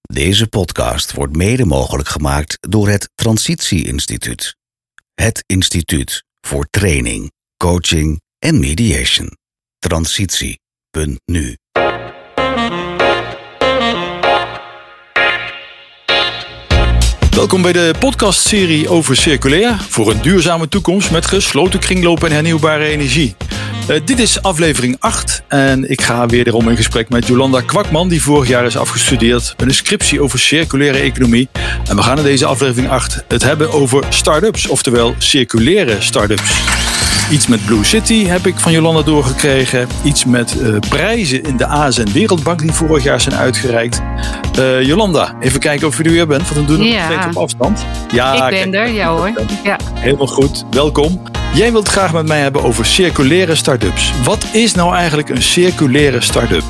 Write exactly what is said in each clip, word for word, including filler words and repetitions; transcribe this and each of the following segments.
Deze podcast wordt mede mogelijk gemaakt door het Transitie Instituut. Het instituut voor training, coaching en mediation. Transitie punt nu. Welkom bij de podcastserie over circulair voor een duurzame toekomst met gesloten kringloop en hernieuwbare energie. Uh, dit is aflevering acht en ik ga wederom in gesprek met Jolanda Kwakman, die vorig jaar is afgestudeerd met een scriptie over circulaire economie. En we gaan in deze aflevering acht het hebben over start-ups, oftewel circulaire start-ups. Iets met Blue City heb ik van Jolanda doorgekregen. Iets met uh, prijzen in de A S N Wereldbank die vorig jaar zijn uitgereikt. Uh, Jolanda, even kijken of je er weer bent, want dan doen we ja. nog steeds op afstand. Ja, ik ben kijk, er, ja hoor. Ja. Helemaal goed, welkom. Jij wilt graag met mij hebben over circulaire start-ups. Wat is nou eigenlijk een circulaire start-up?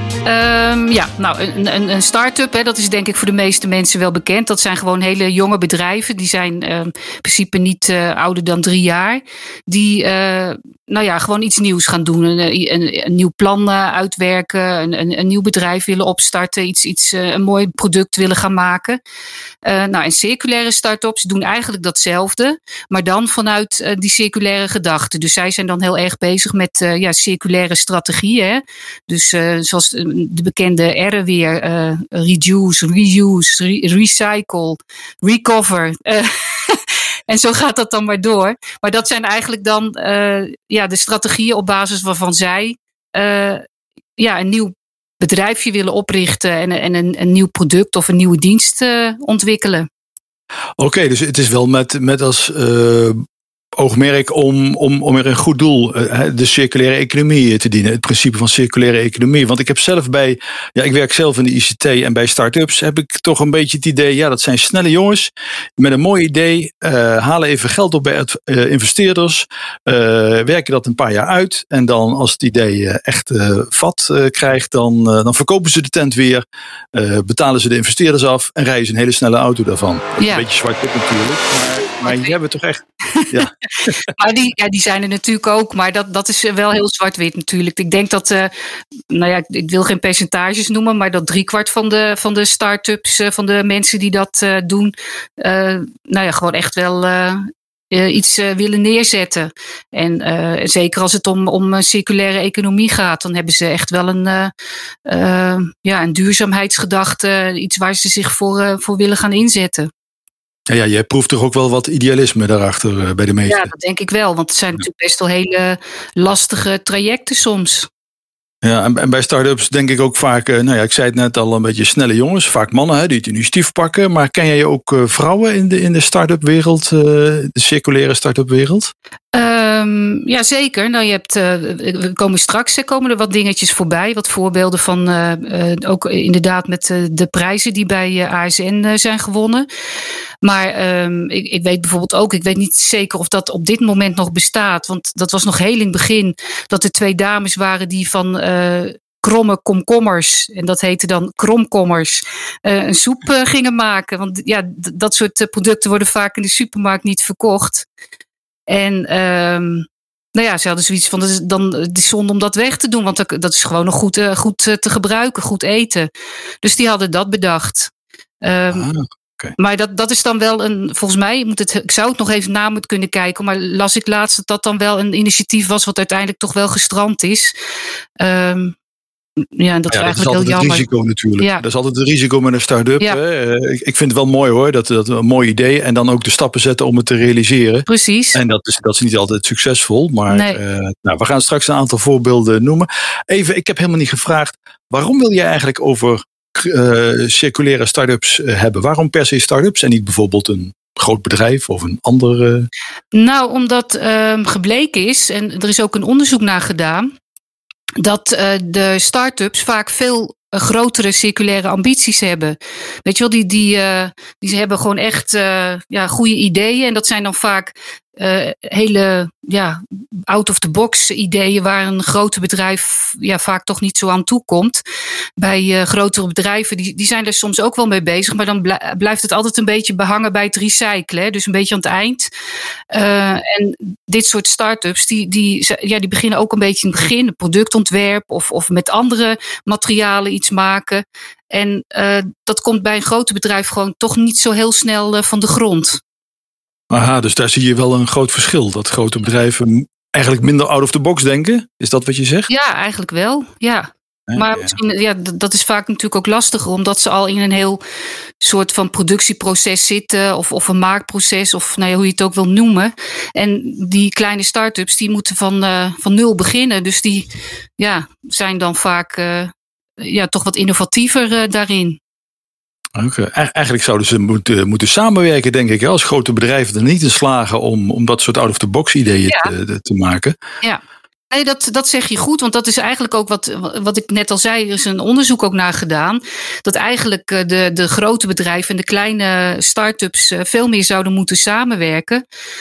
Um, ja, nou, een, een, een start-up, hè, dat is denk ik voor de meeste mensen wel bekend. Dat zijn gewoon hele jonge bedrijven. Die zijn uh, in principe niet uh, ouder dan drie jaar. Die uh, nou ja, gewoon iets nieuws gaan doen. Een, een, een nieuw plan uh, uitwerken. Een, een, een nieuw bedrijf willen opstarten. Iets, iets, uh, een mooi product willen gaan maken. Uh, nou, en circulaire start-ups doen eigenlijk datzelfde. Maar dan vanuit uh, die circulaire gedachte. Dus zij zijn dan heel erg bezig met uh, ja, circulaire strategieën. Hè? Dus uh, zoals de bekende R'en weer. Uh, reduce, reuse, re- recycle, recover. Uh, en zo gaat dat dan maar door. Maar dat zijn eigenlijk dan uh, ja, de strategieën op basis waarvan zij uh, ja, een nieuw bedrijfje willen oprichten. En, en een, een nieuw product of een nieuwe dienst uh, ontwikkelen. Oké, okay, dus het is wel met, met als uh, oogmerk om, om, om er een goed doel, uh, de circulaire economie te dienen. Het principe van circulaire economie. Want ik heb zelf bij, ja, ik werk zelf in de I C T en bij start-ups heb ik toch een beetje het idee, ja, dat zijn snelle jongens met een mooi idee, uh, halen even geld op bij het, uh, investeerders, uh, werken dat een paar jaar uit en dan als het idee uh, echt uh, vat uh, krijgt, dan, uh, dan verkopen ze de tent weer, uh, betalen ze de investeerders af en rijden ze een hele snelle auto daarvan. Ja. Een beetje zwart-wit natuurlijk, maar, maar die hebben toch echt... Ja. Maar die, ja, die zijn er natuurlijk ook, maar dat, dat is wel heel zwart-wit natuurlijk. Ik denk dat, uh, nou ja, ik wil geen percentages noemen, maar dat driekwart van de, van de start-ups, uh, van de mensen die dat uh, doen, uh, nou ja, gewoon echt wel uh, uh, iets uh, willen neerzetten. En uh, zeker als het om, om een circulaire economie gaat, dan hebben ze echt wel een, uh, uh, ja, een duurzaamheidsgedachte, iets waar ze zich voor, uh, voor willen gaan inzetten. Ja, ja, jij proeft toch ook wel wat idealisme daarachter uh, bij de meesten? Ja, dat denk ik wel. Want het zijn natuurlijk best wel hele lastige trajecten soms. Ja, en, en bij start-ups denk ik ook vaak, uh, nou ja, ik zei het net al, een beetje snelle jongens. Vaak mannen hè, die het initiatief pakken. Maar ken jij ook uh, vrouwen in de, in de start-up wereld, uh, de circulaire start-up wereld? Um, ja, zeker. Nou, je hebt, uh, we komen straks, komen er wat dingetjes voorbij. Wat voorbeelden van, uh, uh, ook inderdaad met uh, de prijzen die bij uh, A S N uh, zijn gewonnen. Maar um, ik, ik weet bijvoorbeeld ook, ik weet niet zeker of dat op dit moment nog bestaat. Want dat was nog heel in het begin dat er twee dames waren die van uh, kromme komkommers, en dat heette dan kromkommers, uh, een soep uh, gingen maken. Want ja, d- dat soort uh, producten worden vaak in de supermarkt niet verkocht. En um, nou ja, ze hadden zoiets van, dat is, dan, het is zonde om dat weg te doen, want dat, dat is gewoon nog goed, uh, goed uh, te gebruiken, goed eten. Dus die hadden dat bedacht. Um, ah. Okay. Maar dat, dat is dan wel een, volgens mij, moet het, ik zou het nog even na moeten kunnen kijken, maar las ik laatst dat dat dan wel een initiatief was wat uiteindelijk toch wel gestrand is. Um, ja, dat ja, is eigenlijk dat is heel altijd jammer. Het risico natuurlijk. Ja. Dat is altijd het risico met een start-up. Ja. Hè. Ik, ik vind het wel mooi hoor, dat, dat een mooi idee en dan ook de stappen zetten om het te realiseren. Precies. En dat is, dat is niet altijd succesvol, maar nee. uh, nou, we gaan straks een aantal voorbeelden noemen. Even, ik heb helemaal niet gevraagd, waarom wil jij eigenlijk over Uh, circulaire start-ups uh, hebben? Waarom per se start-ups en niet bijvoorbeeld een groot bedrijf of een ander? Uh... Nou, omdat uh, gebleken is, en er is ook een onderzoek naar gedaan, dat uh, de start-ups vaak veel uh, grotere circulaire ambities hebben. Weet je wel, die, die, uh, die hebben gewoon echt uh, ja, goede ideeën en dat zijn dan vaak uh, hele ja, out-of-the-box ideeën waar een grote bedrijf ja, vaak toch niet zo aan toe komt. Bij uh, grotere bedrijven, die, die zijn er soms ook wel mee bezig, maar dan blijft het altijd een beetje behangen bij het recyclen. Hè? Dus een beetje aan het eind. Uh, en dit soort start-ups, die, die, ja, die beginnen ook een beetje in het begin, productontwerp of, of met andere materialen iets maken. En uh, dat komt bij een grote bedrijf gewoon toch niet zo heel snel uh, van de grond. Aha, dus daar zie je wel een groot verschil. Dat grote bedrijven eigenlijk minder out of the box denken. Is dat wat je zegt? Ja, eigenlijk wel. Ja. Ja, maar misschien, ja, dat is vaak natuurlijk ook lastiger, omdat ze al in een heel soort van productieproces zitten, of, of een maakproces, of nou ja, hoe je het ook wil noemen. En die kleine start-ups, die moeten van, uh, van nul beginnen. Dus die ja, zijn dan vaak uh, ja, toch wat innovatiever uh, daarin. Okay. Eigenlijk zouden ze moeten, moeten samenwerken, denk ik, als grote bedrijven er niet in slagen om, om dat soort out-of-the-box ideeën ja. te, te maken. Ja. Nee, dat, dat zeg je goed, want dat is eigenlijk ook wat, wat ik net al zei. Er is een onderzoek ook naar gedaan. Dat eigenlijk de, de grote bedrijven en de kleine start-ups veel meer zouden moeten samenwerken.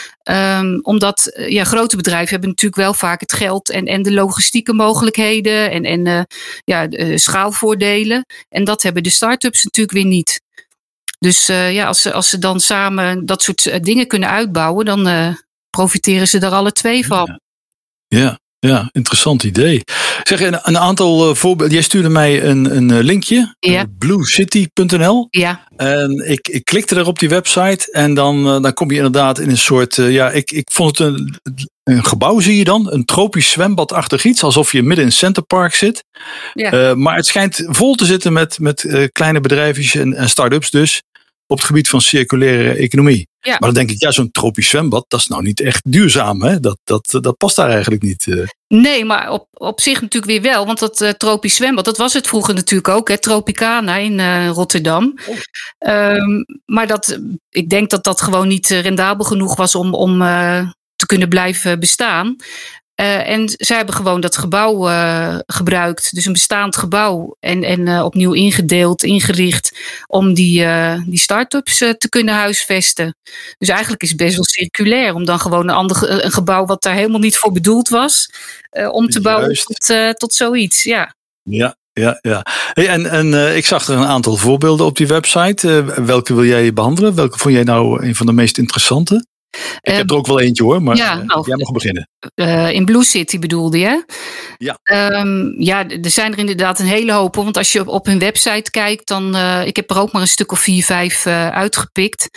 Um, omdat ja, grote bedrijven hebben natuurlijk wel vaak het geld en, en de logistieke mogelijkheden en, en uh, ja, uh, schaalvoordelen. En dat hebben de start-ups natuurlijk weer niet. Dus uh, ja, als ze, als ze dan samen dat soort dingen kunnen uitbouwen, dan uh, profiteren ze er alle twee van. Ja. ja. Ja, interessant idee. Zeg, een, een aantal uh, voorbeelden. Jij stuurde mij een, een linkje. Ja. blue city punt n l. Ja. En ik, ik klikte er op die website. En dan, uh, dan kom je inderdaad in een soort... Uh, ja, ik, ik vond het een, een gebouw, zie je dan. Een tropisch zwembadachtig iets. Alsof je midden in Center Park zit. Ja. Uh, maar het schijnt vol te zitten met, met uh, kleine bedrijfjes en, en start-ups dus. Op het gebied van circulaire economie. Ja. Maar dan denk ik, ja, zo'n tropisch zwembad, dat is nou niet echt duurzaam. Hè? Dat, dat, dat past daar eigenlijk niet. Uh. Nee, maar op, op zich natuurlijk weer wel. Want dat uh, tropisch zwembad, dat was het vroeger natuurlijk ook. Hè? Tropicana in uh, Rotterdam. Oh. Um, maar dat, ik denk dat dat gewoon niet rendabel genoeg was om, om uh, te kunnen blijven bestaan. Uh, en zij hebben gewoon dat gebouw uh, gebruikt. Dus een bestaand gebouw. En, en uh, opnieuw ingedeeld, ingericht. Om die, uh, die start-ups uh, te kunnen huisvesten. Dus eigenlijk is het best wel circulair. Om dan gewoon een, ander, een gebouw wat daar helemaal niet voor bedoeld was. Uh, om te bouwen tot, uh, tot zoiets. Ja. Ja. Ja, ja. Hey, en en uh, ik zag er een aantal voorbeelden op die website. Uh, welke wil jij behandelen? Welke vond jij nou een van de meest interessante? Ik heb er ook wel eentje hoor, maar ja, nou, jij mag beginnen. Uh, in Blue City bedoelde je? Ja. Um, ja, er zijn er inderdaad een hele hoop. Want als je op, op hun website kijkt, dan... Uh, ik heb er ook maar een stuk of vier, vijf uh, uitgepikt.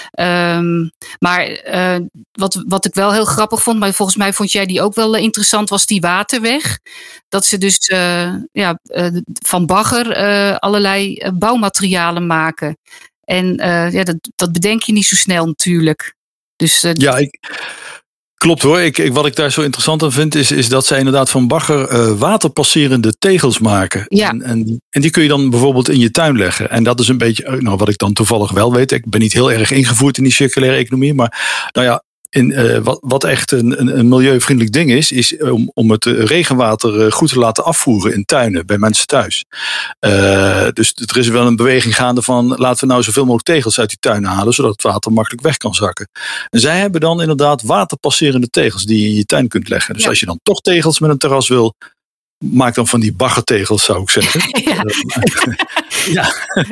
Um, maar uh, wat, wat ik wel heel grappig vond, maar volgens mij vond jij die ook wel interessant, was die waterweg. Dat ze dus uh, ja, uh, van bagger uh, allerlei bouwmaterialen maken. En uh, ja, dat, dat bedenk je niet zo snel natuurlijk. Dus, uh, ja, ik, klopt hoor. Ik, ik, wat ik daar zo interessant aan vind, is, is dat zij inderdaad van bagger uh, waterpasserende tegels maken. Ja. En, en, en die kun je dan bijvoorbeeld in je tuin leggen. En dat is een beetje, nou, wat ik dan toevallig wel weet. Ik ben niet heel erg ingevoerd in die circulaire economie. Maar nou ja, in, uh, wat, wat echt een, een, een milieuvriendelijk ding is, is om, om het regenwater goed te laten afvoeren in tuinen bij mensen thuis. Uh, dus er is wel een beweging gaande van laten we nou zoveel mogelijk tegels uit die tuinen halen, zodat het water makkelijk weg kan zakken. En zij hebben dan inderdaad waterpasserende tegels die je in je tuin kunt leggen. Dus ja. Als je dan toch tegels met een terras wil, maak dan van die baggertegels, zou ik zeggen. Ja. Ja.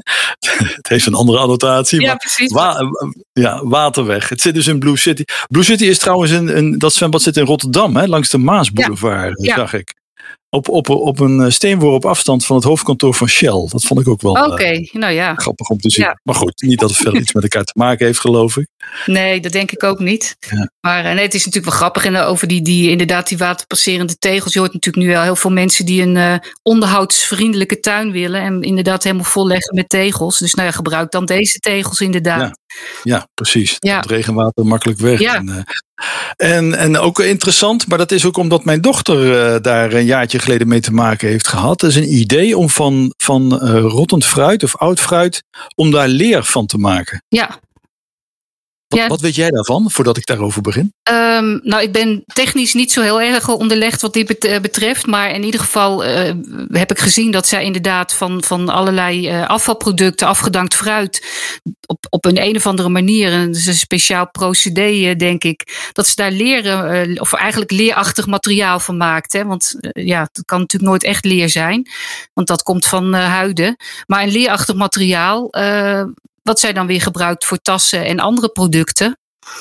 Het heeft een andere annotatie. Ja, maar precies. Wa- ja, waterweg. Het zit dus in Blue City. Blue City is trouwens een, een dat zwembad zit in Rotterdam, hè, langs de Maasboulevard, ja. Zag ik. Op, op, op een steenworp afstand van het hoofdkantoor van Shell. Dat vond ik ook wel Oké, okay, uh, nou ja. grappig om te zien. Ja. Maar goed, niet dat het veel iets met elkaar te maken heeft, geloof ik. Nee, dat denk ik ook niet. Ja. Maar nee, het is natuurlijk wel grappig. En over die, die inderdaad die waterpasserende tegels. Je hoort natuurlijk nu wel heel veel mensen die een uh, onderhoudsvriendelijke tuin willen. En inderdaad helemaal volleggen met tegels. Dus nou ja, gebruik dan deze tegels inderdaad. Ja, ja precies. Ja. Het regenwater makkelijk weg. Ja. En, uh, En, en ook interessant, maar dat is ook omdat mijn dochter uh, daar een jaartje geleden mee te maken heeft gehad. Dat is een idee om van, van uh, rottend fruit of oud fruit, om daar leer van te maken. Ja. Wat, ja. wat weet jij daarvan, voordat ik daarover begin? Um, nou, ik ben technisch niet zo heel erg onderlegd wat dit betreft. Maar in ieder geval uh, heb ik gezien dat zij inderdaad van, van allerlei uh, afvalproducten, afgedankt fruit, op, op een een of andere manier, een, een speciaal procedé, denk ik, dat ze daar leren, uh, of eigenlijk leerachtig materiaal van maakt. Hè? Want uh, ja, het kan natuurlijk nooit echt leer zijn, want dat komt van uh, huiden. Maar een leerachtig materiaal, uh, wat zij dan weer gebruikt voor tassen en andere producten.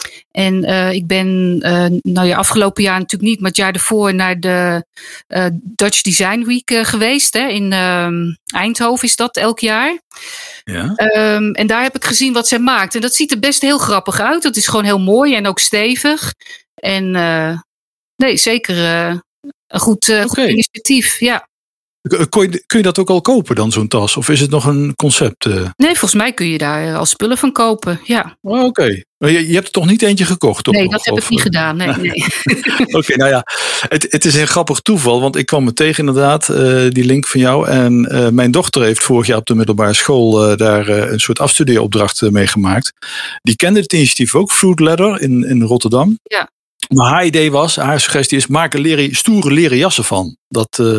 En uh, ik ben uh, nou ja, afgelopen jaar natuurlijk niet, maar het jaar ervoor naar de uh, Dutch Design Week uh, geweest. Hè, in uh, Eindhoven is dat elk jaar. Ja. Um, en daar heb ik gezien wat zij maakt. En dat ziet er best heel grappig uit. Dat is gewoon heel mooi en ook stevig. En uh, nee, zeker uh, een goed, uh, okay. goed initiatief, ja. Kun je, kun je dat ook al kopen dan, zo'n tas? Of is het nog een concept? Uh? Nee, volgens mij kun je daar al spullen van kopen, ja. Oh, Oké. Okay. Je, je hebt er toch niet eentje gekocht? Toch? Nee, dat of, heb of, ik niet gedaan. Nee, nee. Oké, okay, nou ja. Het, het is een grappig toeval, want ik kwam me tegen inderdaad, uh, die link van jou. En uh, mijn dochter heeft vorig jaar op de middelbare school uh, daar uh, een soort afstudeeropdracht uh, mee gemaakt. Die kende het initiatief ook, Fruit Leather in, in Rotterdam. Ja. Maar haar idee was, haar suggestie is, maak er leren, stoere leren jassen van. Dat, uh,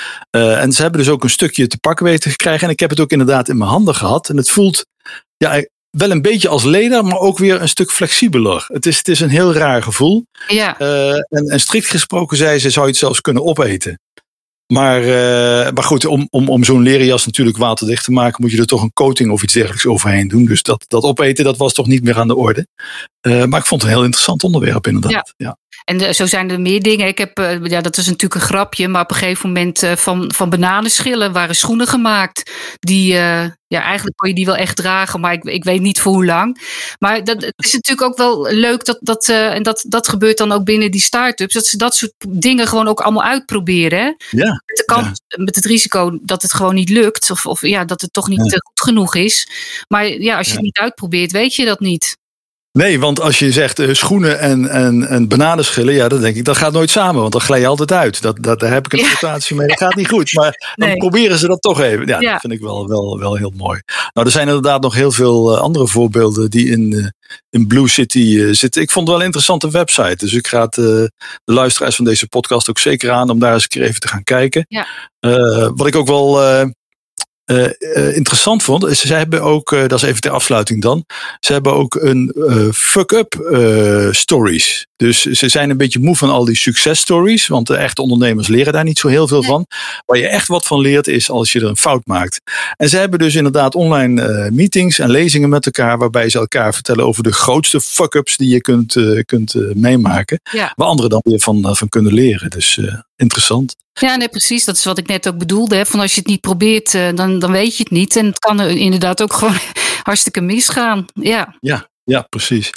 uh, en ze hebben dus ook een stukje te pakken weten te krijgen. En ik heb het ook inderdaad in mijn handen gehad. En het voelt ja, wel een beetje als leder, maar ook weer een stuk flexibeler. Het is, het is een heel raar gevoel. Ja. Uh, en, en strikt gesproken zei ze, zou je het zelfs kunnen opeten. Maar, uh, maar goed, om, om, om zo'n leren jas natuurlijk waterdicht te maken, moet je er toch een coating of iets dergelijks overheen doen. Dus dat, dat opeten, dat was toch niet meer aan de orde. Uh, maar ik vond het een heel interessant onderwerp inderdaad. Ja. Ja. En de, zo zijn er meer dingen. Ik heb, uh, ja, dat is natuurlijk een grapje, maar op een gegeven moment uh, van, van bananenschillen waren schoenen gemaakt. Die, uh, ja, eigenlijk kon je die wel echt dragen, maar ik, ik weet niet voor hoe lang. Maar dat, het is natuurlijk ook wel leuk dat, dat uh, en dat, dat gebeurt dan ook binnen die start-ups, dat ze dat soort dingen gewoon ook allemaal uitproberen. Hè? Ja. Met de kans, ja. met het risico dat het gewoon niet lukt, of, of ja, dat het toch niet ja. goed genoeg is. Maar ja, als je ja. het niet uitprobeert, weet je dat niet. Nee, want als je zegt uh, schoenen en, en, en bananenschillen, ja, dan denk ik, dat gaat nooit samen, want dan glij je altijd uit. Dat, dat, daar heb ik een reputatie ja. mee, dat gaat niet goed. Maar dan nee. proberen ze dat toch even. Ja, ja. dat vind ik wel, wel, wel heel mooi. Nou, er zijn inderdaad nog heel veel uh, andere voorbeelden die in, uh, in Blue City uh, zitten. Ik vond het wel een interessante website, dus ik raad uh, de luisteraars van deze podcast ook zeker aan om daar eens een keer even te gaan kijken. Ja. Uh, wat ik ook wel... Uh, Uh, uh, interessant vond, is ze hebben ook, uh, dat is even ter afsluiting dan, ze hebben ook een uh, fuck-up uh, stories. Dus ze zijn een beetje moe van al die successtories, want de echte ondernemers leren daar niet zo heel veel nee. van. Waar je echt wat van leert is als je er een fout maakt. En ze hebben dus inderdaad online uh, meetings en lezingen met elkaar, waarbij ze elkaar vertellen over de grootste fuck-ups die je kunt, uh, kunt uh, meemaken. Ja. Waar anderen dan weer van, uh, van kunnen leren. Dus uh, interessant. Ja, nee, precies. Dat is wat ik net ook bedoelde. Hè. Van als je het niet probeert, dan, dan weet je het niet. En het kan er inderdaad ook gewoon hartstikke misgaan. Ja, ja, ja precies.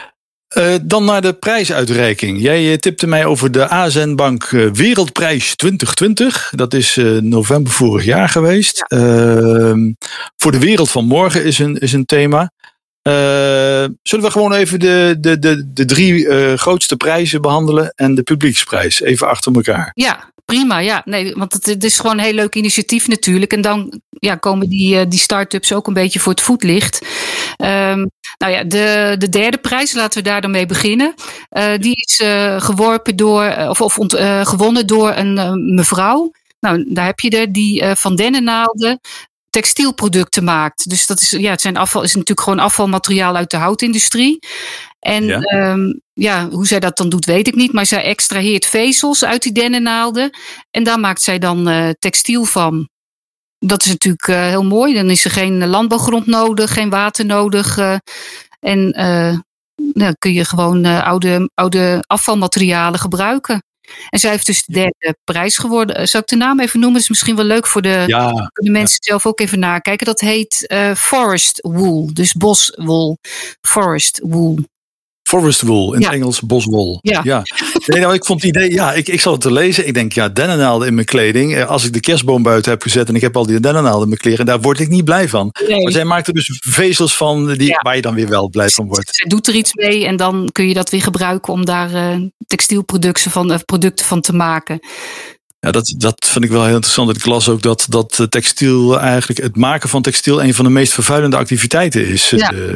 Uh, dan naar de prijsuitreiking. Jij tipte mij over de A S N Bank Wereldprijs twintig twintig. Dat is uh, november vorig jaar geweest. Ja. Uh, voor de wereld van morgen is een, is een thema. Uh, zullen we gewoon even de, de, de, de drie uh, grootste prijzen behandelen en de publieksprijs even achter elkaar? Ja, prima. Ja, nee, want het, het is gewoon een heel leuk initiatief natuurlijk. En dan ja, komen die, die start-ups ook een beetje voor het voetlicht. Um, nou ja, de, de derde prijs, laten we daar dan mee beginnen. Uh, die is uh, geworpen door, of, of ont, uh, gewonnen door een uh, mevrouw. Nou, daar heb je er, die uh, van dennennaalden textielproducten maakt. Dus dat is, ja, het zijn afval, is natuurlijk gewoon afvalmateriaal uit de houtindustrie. En ja. Um, ja, hoe zij dat dan doet, weet ik niet. Maar zij extraheert vezels uit die dennennaalden. En daar maakt zij dan uh, textiel van. Dat is natuurlijk uh, heel mooi. Dan is er geen landbouwgrond nodig, geen water nodig. Uh, en uh, nou, kun je gewoon uh, oude, oude afvalmaterialen gebruiken. En zij heeft dus de derde prijs geworden. Zal ik de naam even noemen? Dat is misschien wel leuk voor de, ja, voor de mensen ja. zelf ook even nakijken. Dat heet uh, Forest Wool. Dus boswol. Forest Wool. Forest wool, in ja. het Engels boswol. Ja. ja. Nee, nou, ik vond het idee, ja, ik, ik zat het te lezen. Ik denk, ja, dennennaalden in mijn kleding. Als ik de kerstboom buiten heb gezet en ik heb al die dennennaalden in mijn kleren, daar word ik niet blij van. Nee. Maar zij maakt er dus vezels van die, ja. waar je dan weer wel blij van wordt. Zij doet er iets mee en dan kun je dat weer gebruiken om daar uh, textielproducten van, uh, producten van te maken. Ja, dat, dat vind ik wel heel interessant. Ik las ook dat, dat textiel eigenlijk, het maken van textiel een van de meest vervuilende activiteiten is. Ja. Uh,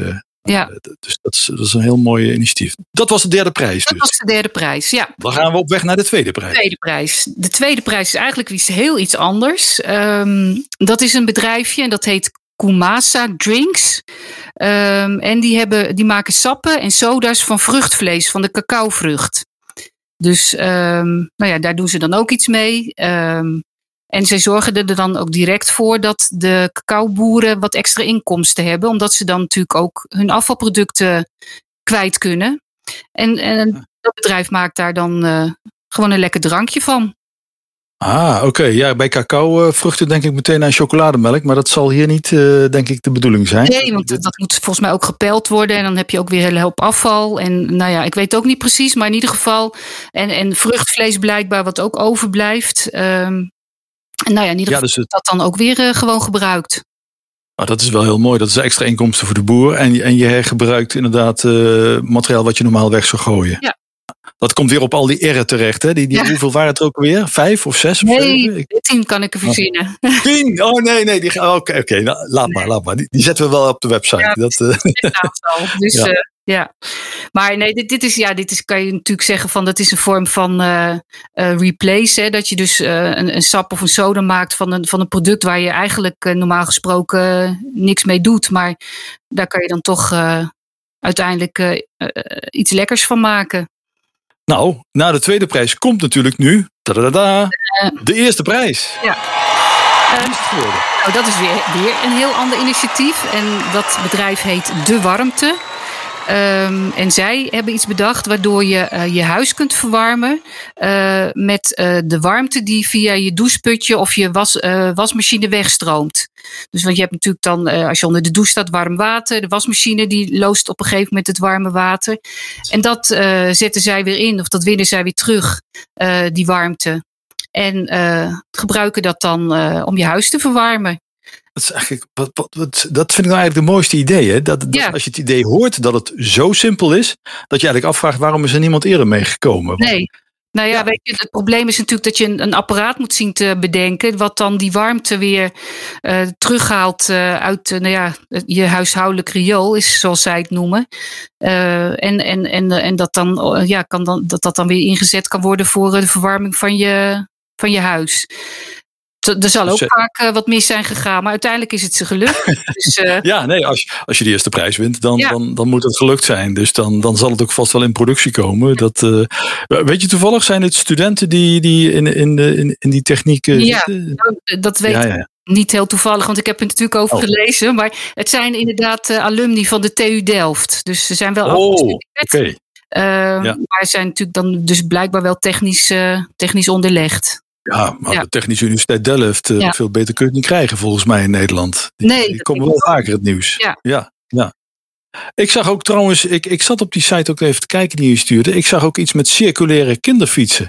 Ja. Dus dat is, dat is een heel mooi initiatief. Dat was de derde prijs dus. Dat was de derde prijs, ja. Dan gaan we op weg naar de tweede prijs. De tweede prijs. De tweede prijs is eigenlijk iets heel iets anders. Um, dat is een bedrijfje en dat heet Kumasa Drinks. Um, en die, hebben, die maken sappen en soda's van vruchtvlees, van de cacaovrucht. Dus um, nou ja, daar doen ze dan ook iets mee. Um, en zij zorgen er dan ook direct voor dat de cacaoboeren wat extra inkomsten hebben. Omdat ze dan natuurlijk ook hun afvalproducten kwijt kunnen. En, en dat bedrijf maakt daar dan uh, gewoon een lekker drankje van. Ah, oké. Okay. Ja, bij cacaovruchten denk ik meteen aan chocolademelk. Maar dat zal hier niet, uh, denk ik, de bedoeling zijn. Nee, want dat moet volgens mij ook gepeld worden. En dan heb je ook weer een hele hoop afval. En nou ja, ik weet ook niet precies, maar in ieder geval. En, en vruchtvlees blijkbaar wat ook overblijft. Um, en nou ja, in ieder geval ja, dus het... dat dan ook weer uh, gewoon gebruikt. Nou, dat is wel heel mooi. Dat is extra inkomsten voor de boer. En, en je hergebruikt inderdaad uh, materiaal wat je normaal weg zou gooien. Ja. Dat komt weer op al die erren terecht. Hè? Die, die, ja. Hoeveel waren het er ook weer? Vijf of zes? Of nee, tien kan ik er verzinnen. Tien? Oh nee, nee. Oké, oké. Okay, okay. Nou, laat maar, laat maar. Die, die zetten we wel op de website. Ja, dat, uh... dus ja. Uh, ja. Maar nee, dit, dit is, ja, dit is, kan je natuurlijk zeggen van, dat is een vorm van uh, uh, replace. Hè? Dat je dus uh, een, een sap of een soda maakt van een, van een product waar je eigenlijk uh, normaal gesproken uh, niks mee doet. Maar daar kan je dan toch uh, uiteindelijk uh, uh, iets lekkers van maken. Nou, na de tweede prijs komt natuurlijk nu tadadada, de eerste prijs. Ja. Uh, nou, dat is weer, weer een heel ander initiatief. En dat bedrijf heet De Warmte. Um, en zij hebben iets bedacht waardoor je uh, je huis kunt verwarmen uh, met uh, de warmte die via je doucheputje of je was, uh, wasmachine wegstroomt. Dus want je hebt natuurlijk dan, uh, als je onder de douche staat, warm water. De wasmachine die loost op een gegeven moment het warme water. En dat uh, zetten zij weer in, of dat winnen zij weer terug, uh, die warmte. En uh, gebruiken dat dan uh, om je huis te verwarmen. Dat is eigenlijk, wat, wat, wat, dat vind ik nou eigenlijk de mooiste idee. Hè? Dat, dat, ja. Als je het idee hoort dat het zo simpel is, dat je eigenlijk afvraagt waarom is er niemand eerder meegekomen. Nee. Nou ja, ja, weet je, het probleem is natuurlijk dat je een, een apparaat moet zien te bedenken, wat dan die warmte weer uh, terughaalt uh, uit uh, nou ja, je huishoudelijk riool, is zoals zij het noemen. Uh, en en, en, en dat, dan, uh, ja, kan dan, dat dat dan weer ingezet kan worden voor de verwarming van je, van je huis. Er zal ook vaak uh, wat mis zijn gegaan, maar uiteindelijk is het ze gelukt. Dus, uh... ja, nee, als, als je de eerste prijs wint, dan, ja. dan, dan moet het gelukt zijn. Dus dan, dan zal het ook vast wel in productie komen. Dat, uh, weet je toevallig, zijn het studenten die, die in, in, in, in die techniek uh, ja, zitten? Dat weet ik ja, ja. niet heel toevallig, want ik heb er natuurlijk over oh. gelezen. Maar het zijn inderdaad uh, alumni van de T U Delft. Dus ze zijn wel oh, oké. Okay. Uh, ja. Maar ze zijn natuurlijk dan dus blijkbaar wel technisch, uh, technisch onderlegd. Ja, maar ja. de Technische Universiteit Delft, uh, ja. veel beter kun je het niet krijgen volgens mij in Nederland. Die, nee. die komen wel vaker het nieuws. Ja. Ja, ja. Ik zag ook trouwens, ik, ik zat op die site ook even te kijken die je stuurde. Ik zag ook iets met circulaire kinderfietsen.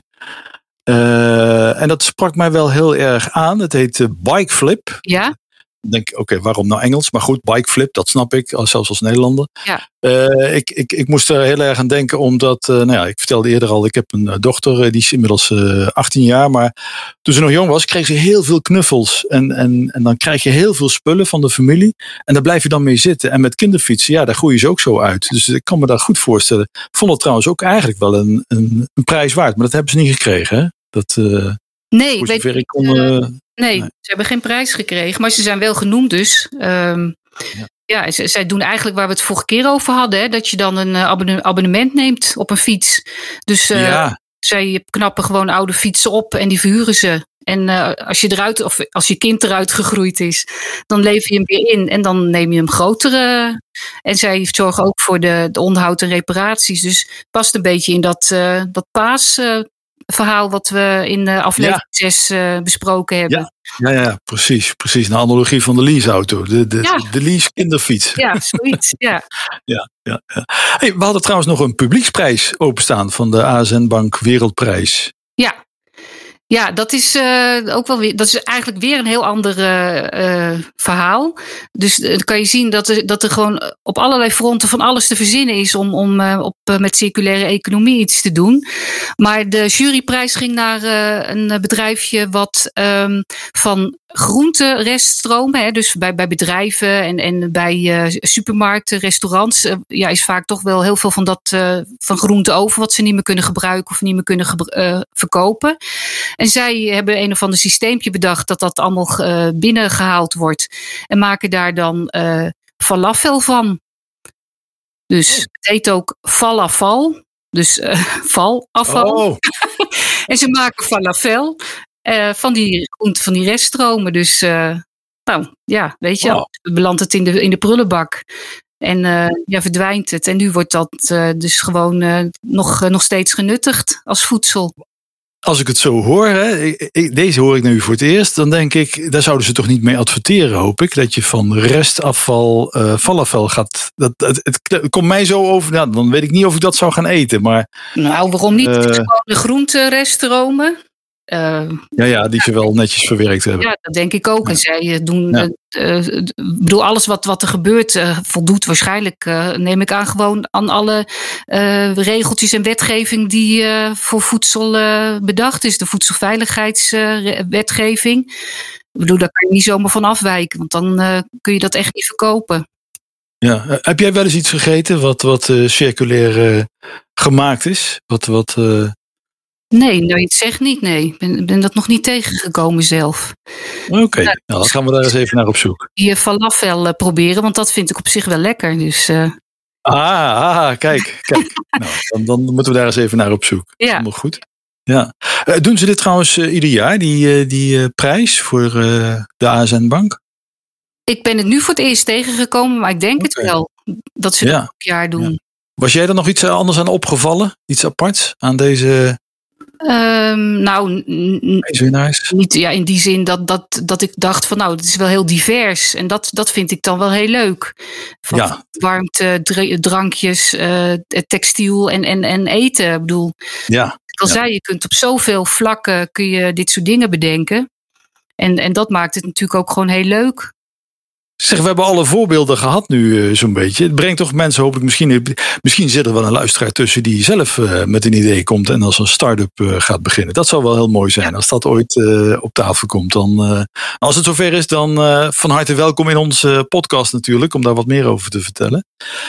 Uh, en dat sprak mij wel heel erg aan. Het heet uh, Bikeflip. Ja. Ik denk, oké, okay, waarom nou Engels? Maar goed, Bikeflip, dat snap ik, zelfs als Nederlander. Ja. Uh, ik, ik, ik moest er heel erg aan denken, omdat, uh, nou ja, ik vertelde eerder al, ik heb een uh, dochter, uh, die is inmiddels uh, achttien jaar. Maar toen ze nog jong was, kreeg ze heel veel knuffels. En, en, en dan krijg je heel veel spullen van de familie. En daar blijf je dan mee zitten. En met kinderfietsen, ja, daar groeien ze ook zo uit. Dus ik kan me dat goed voorstellen. Ik vond het trouwens ook eigenlijk wel een, een, een prijs waard. Maar dat hebben ze niet gekregen, hè? Dat... Uh, Nee, ik weet ik kon, uh, nee, nee, ze hebben geen prijs gekregen, maar ze zijn wel genoemd dus. Um, ja, ja z- zij doen eigenlijk waar we het vorige keer over hadden, hè, dat je dan een abonne- abonnement neemt op een fiets. Dus uh, ja. zij knappen gewoon oude fietsen op en die verhuren ze. En uh, als je eruit, of als je kind eruit gegroeid is, dan lever je hem weer in en dan neem je hem grotere. En zij zorgen ook voor de, de onderhoud en reparaties. Dus past een beetje in dat, uh, dat paas. Uh, verhaal wat we in de aflevering ja. zes uh, besproken hebben. Ja, ja, ja, precies. Precies. Een analogie van de leaseauto. De, de, ja. de lease kinderfiets. Ja, zoiets. Ja. ja, ja, ja. Hey, we hadden trouwens nog een publieksprijs openstaan van de A S N Bank Wereldprijs. Ja. Ja, dat is uh, ook wel weer. Dat is eigenlijk weer een heel ander uh, uh, verhaal. Dus uh, dan kan je zien dat er, dat er gewoon op allerlei fronten van alles te verzinnen is om, om uh, op, uh, met circulaire economie iets te doen. Maar de juryprijs ging naar uh, een bedrijfje wat um, van groentereststromen, hè, dus bij, bij bedrijven en, en bij uh, supermarkten, restaurants, uh, ja, is vaak toch wel heel veel van dat uh, van groente over wat ze niet meer kunnen gebruiken of niet meer kunnen gebru- uh, verkopen. En zij hebben een of ander systeempje bedacht dat dat allemaal uh, binnengehaald wordt en maken daar dan uh, falafel van. Dus oh. Het heet ook falafel, dus uh, valafval. Oh. En ze maken falafel. Uh, van die van die reststromen. Dus uh, nou ja, weet je, wow. Belandt het in de, in de prullenbak. En uh, ja, verdwijnt het. En nu wordt dat uh, dus gewoon uh, nog, uh, nog steeds genuttigd als voedsel. Als ik het zo hoor, hè, ik, ik, deze hoor ik nu voor het eerst, dan denk ik, daar zouden ze toch niet mee adverteren, hoop ik, dat je van restafval uh, falafel gaat. Dat, het, het, het komt mij zo over, nou, dan weet ik niet of ik dat zou gaan eten. Maar, nou, waarom niet? Uh, gewoon de groentereststromen. Uh, ja, ja, die ze wel netjes verwerkt hebben. Ja, dat denk ik ook. Ja. En zij doen, ja. uh, uh, bedoel, alles wat, wat er gebeurt uh, voldoet waarschijnlijk, uh, neem ik aan, gewoon aan alle uh, regeltjes en wetgeving die uh, voor voedsel uh, bedacht is. De voedselveiligheidswetgeving. Uh, ik bedoel, daar kan je niet zomaar van afwijken, want dan uh, kun je dat echt niet verkopen. Ja, uh, heb jij wel eens iets gegeten wat, wat uh, circulair uh, gemaakt is? Wat... wat uh... Nee, nou, je het zegt niet, nee. Ik ben, ben dat nog niet tegengekomen zelf. Oké, okay. nou, dan gaan we daar eens even naar op zoek. Je falafel uh, proberen, want dat vind ik op zich wel lekker. Dus, uh... ah, ah, kijk, kijk. nou, dan, dan moeten we daar eens even naar op zoek. Ja. Helemaal goed. Ja. Uh, doen ze dit trouwens uh, ieder jaar, die, uh, die uh, prijs voor uh, de A S N-bank? Ik ben het nu voor het eerst tegengekomen, maar ik denk okay. het wel. Dat ze dat ja. elk jaar doen. Ja. Was jij er nog iets anders aan opgevallen? Iets aparts aan deze... Um, nou, n- nice. niet ja, in die zin dat, dat, dat ik dacht van nou, het is wel heel divers. En dat, dat vind ik dan wel heel leuk. Van ja. warmte, dr- drankjes, uh, textiel en, en, en eten. Ik bedoel, ja. ik al ja. zei, je kunt op zoveel vlakken kun je dit soort dingen bedenken. En, en dat maakt het natuurlijk ook gewoon heel leuk. Zeg, we hebben alle voorbeelden gehad nu uh, zo'n beetje. Het brengt toch mensen hopelijk misschien... Misschien zit er wel een luisteraar tussen die zelf uh, met een idee komt en als een start-up uh, gaat beginnen. Dat zou wel heel mooi zijn als dat ooit uh, op tafel komt. Dan, uh, als het zover is, dan uh, van harte welkom in onze podcast natuurlijk, om daar wat meer over te vertellen.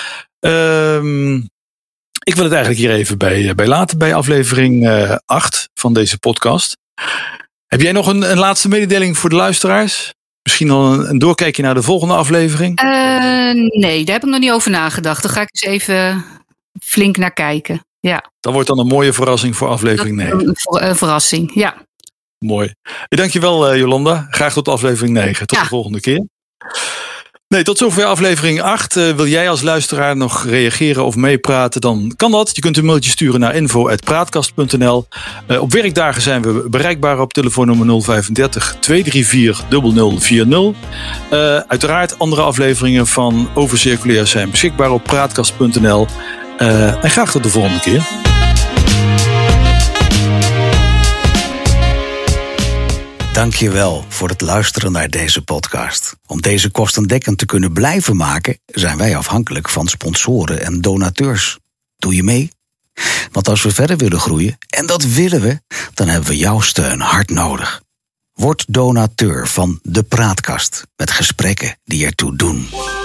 Um, ik wil het eigenlijk hier even bij, bij laten, bij aflevering uh, acht van deze podcast. Heb jij nog een, een laatste mededeling voor de luisteraars? Misschien al een, een doorkijkje naar de volgende aflevering? Uh, nee, daar heb ik nog niet over nadacht. Daar ga ik eens even flink naar kijken. Ja. Dat wordt dan een mooie verrassing voor aflevering negen. Een, ver, een verrassing, ja. Mooi. Dankjewel uh, Jolanda. Graag tot aflevering negen. Tot ja. de volgende keer. Nee, tot zover aflevering acht. Uh, wil jij als luisteraar nog reageren of meepraten, dan kan dat. Je kunt een mailtje sturen naar info at praatkast punt n l. Uh, op werkdagen zijn we bereikbaar op telefoonnummer nul vijfendertig twee drie vier nul nul vier nul. Uh, uiteraard andere afleveringen van Over Circulair zijn beschikbaar op praatkast punt n l. Uh, en graag tot de volgende keer. Dank je wel voor het luisteren naar deze podcast. Om deze kostendekkend te kunnen blijven maken, zijn wij afhankelijk van sponsoren en donateurs. Doe je mee? Want als we verder willen groeien, en dat willen we, dan hebben we jouw steun hard nodig. Word donateur van De Praatkast, met gesprekken die ertoe doen.